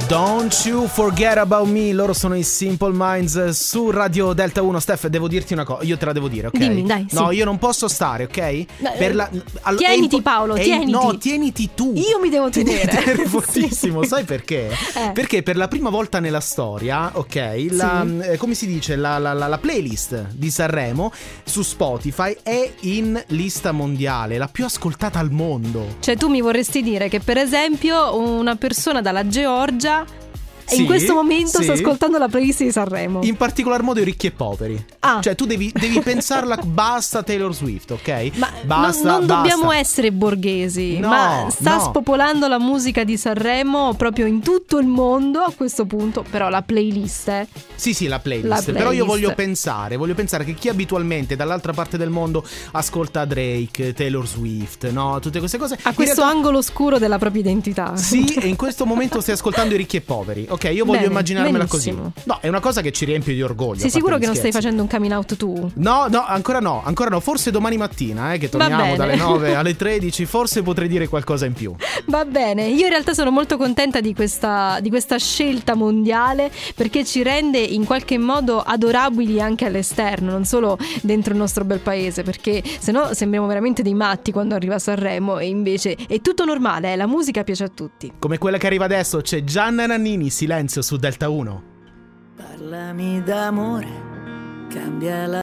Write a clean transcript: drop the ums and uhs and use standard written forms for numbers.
Don't You Forget About Me. Loro sono i Simple Minds su Radio Delta 1. Steph, devo dirti una cosa. Io te la devo dire, ok? Dimmi, dai, no, sì. Io non posso stare, ok? Tieniti, Paolo, tieniti. No, tieniti tu. Io mi devo tenere. Tenere fortissimo. Sì. Sai perché? Perché per la prima volta nella storia, ok, come si dice, la playlist di Sanremo su Spotify è in lista mondiale, la più ascoltata al mondo. Cioè tu mi vorresti dire che per esempio una persona dalla Georgia in questo momento sta ascoltando la playlist di Sanremo. In particolar modo i ricchi e poveri. Cioè tu devi pensarla. Basta Taylor Swift, ok? Ma basta, non dobbiamo essere borghesi. No, ma sta no. spopolando la musica di Sanremo proprio in tutto il mondo a questo punto. Però la playlist Sì, la playlist. Però io voglio pensare che chi abitualmente dall'altra parte del mondo ascolta Drake, Taylor Swift, no? Tutte queste cose ha questo angolo oscuro della propria identità. Sì, e in questo momento stai ascoltando i ricchi e poveri. Ok, io voglio immaginarmela benissimo. così. No, è una cosa che ci riempie di orgoglio. Sei sicuro che non stai facendo un coming out tu? No, ancora no. Forse domani mattina, che torniamo dalle 9 alle 13, forse potrei dire qualcosa in più. Va bene, io in realtà sono molto contenta di questa scelta mondiale, perché ci rende in qualche modo adorabili anche all'esterno, non solo dentro il nostro bel paese, perché sennò sembriamo veramente dei matti quando arriva a Sanremo, e invece è tutto normale, la musica piace a tutti. Come quella che arriva adesso, c'è Gianna Nannini, Silenzio su Delta 1. Parlami d'amore, cambia la